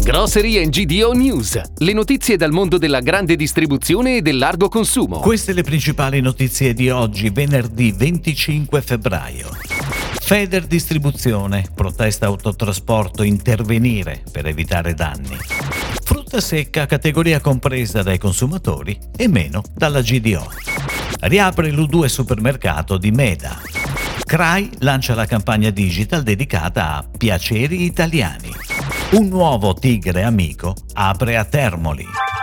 Grocery GDO News, le notizie dal mondo della grande distribuzione e del largo consumo. Queste le principali notizie di oggi, venerdì 25 febbraio. Feder Distribuzione, protesta autotrasporto, intervenire per evitare danni. Frutta secca, categoria compresa dai consumatori e meno dalla GDO. Riapre l'U2 supermercato di Meda. CRAI lancia la campagna digital dedicata a piaceri italiani. Un nuovo Tigre Amico apre a Termoli.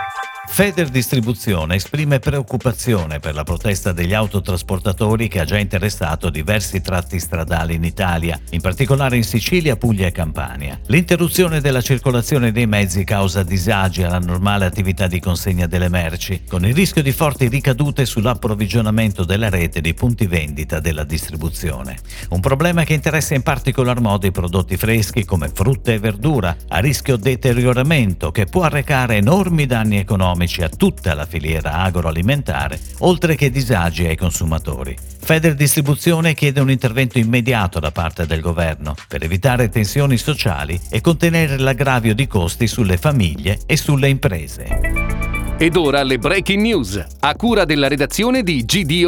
Feder Distribuzione esprime preoccupazione per la protesta degli autotrasportatori che ha già interessato diversi tratti stradali in Italia, in particolare in Sicilia, Puglia e Campania. L'interruzione della circolazione dei mezzi causa disagi alla normale attività di consegna delle merci, con il rischio di forti ricadute sull'approvvigionamento della rete di punti vendita della distribuzione. Un problema che interessa in particolar modo i prodotti freschi come frutta e verdura, a rischio deterioramento che può arrecare enormi danni economici a tutta la filiera agroalimentare, oltre che disagi ai consumatori. Feder Distribuzione chiede un intervento immediato da parte del governo per evitare tensioni sociali e contenere l'aggravio di costi sulle famiglie e sulle imprese. Ed ora le breaking news, a cura della redazione di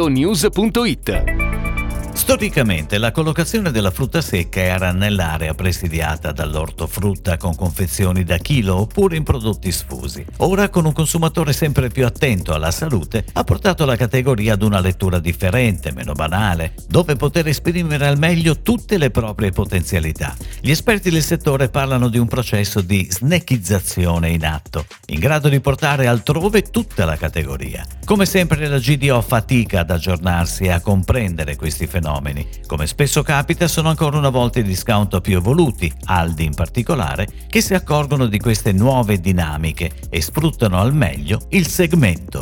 gdonews.it. Storicamente la collocazione della frutta secca era nell'area presidiata dall'ortofrutta con confezioni da chilo oppure in prodotti sfusi. Ora, con un consumatore sempre più attento alla salute, ha portato la categoria ad una lettura differente, meno banale, dove poter esprimere al meglio tutte le proprie potenzialità. Gli esperti del settore parlano di un processo di snackizzazione in atto, in grado di portare altrove tutta la categoria. Come sempre la GDO fatica ad aggiornarsi e a comprendere questi fenomeni. Come spesso capita, sono ancora una volta i discount più evoluti, Aldi in particolare, che si accorgono di queste nuove dinamiche e sfruttano al meglio il segmento.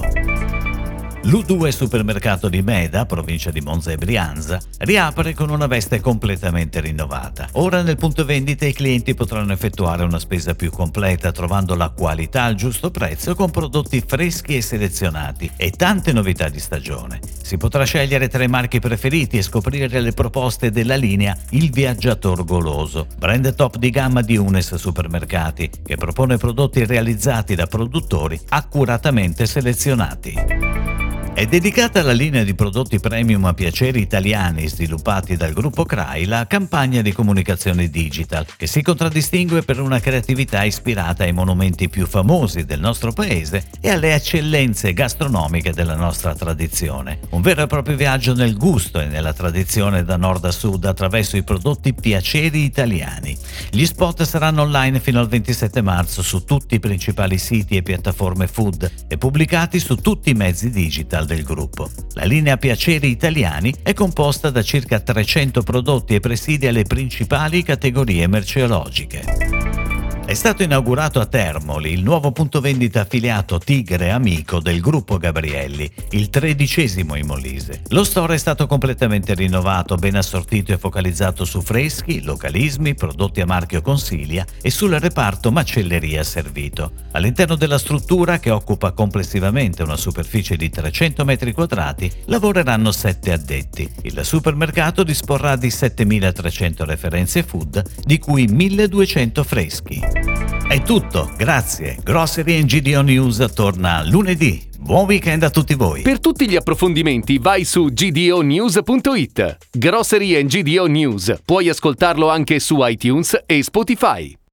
L'U2 supermercato di Meda, provincia di Monza e Brianza, riapre con una veste completamente rinnovata. Ora nel punto vendita i clienti potranno effettuare una spesa più completa, trovando la qualità al giusto prezzo con prodotti freschi e selezionati e tante novità di stagione. Si potrà scegliere tra i marchi preferiti e scoprire le proposte della linea Il Viaggiator Goloso, brand top di gamma di Unes Supermercati, che propone prodotti realizzati da produttori accuratamente selezionati. È dedicata alla linea di prodotti premium a piaceri italiani sviluppati dal gruppo CRAI la campagna di comunicazione digital, che si contraddistingue per una creatività ispirata ai monumenti più famosi del nostro paese e alle eccellenze gastronomiche della nostra tradizione. Un vero e proprio viaggio nel gusto e nella tradizione da nord a sud attraverso i prodotti piaceri italiani. Gli spot saranno online fino al 27 marzo su tutti i principali siti e piattaforme food e pubblicati su tutti i mezzi digital del gruppo. La linea Piaceri Italiani è composta da circa 300 prodotti e presidi alle principali categorie merceologiche. È stato inaugurato a Termoli il nuovo punto vendita affiliato Tigre Amico del gruppo Gabrielli, il 13° in Molise. Lo store è stato completamente rinnovato, ben assortito e focalizzato su freschi, localismi, prodotti a marchio Consiglia e sul reparto macelleria servito. All'interno della struttura, che occupa complessivamente una superficie di 300 metri quadrati, lavoreranno 7 addetti. Il supermercato disporrà di 7.300 referenze food, di cui 1.200 freschi. È tutto, grazie. Grocery GDO News torna lunedì. Buon weekend a tutti voi. Per tutti gli approfondimenti vai su gdonews.it. Grocery GDO News. Puoi ascoltarlo anche su iTunes e Spotify.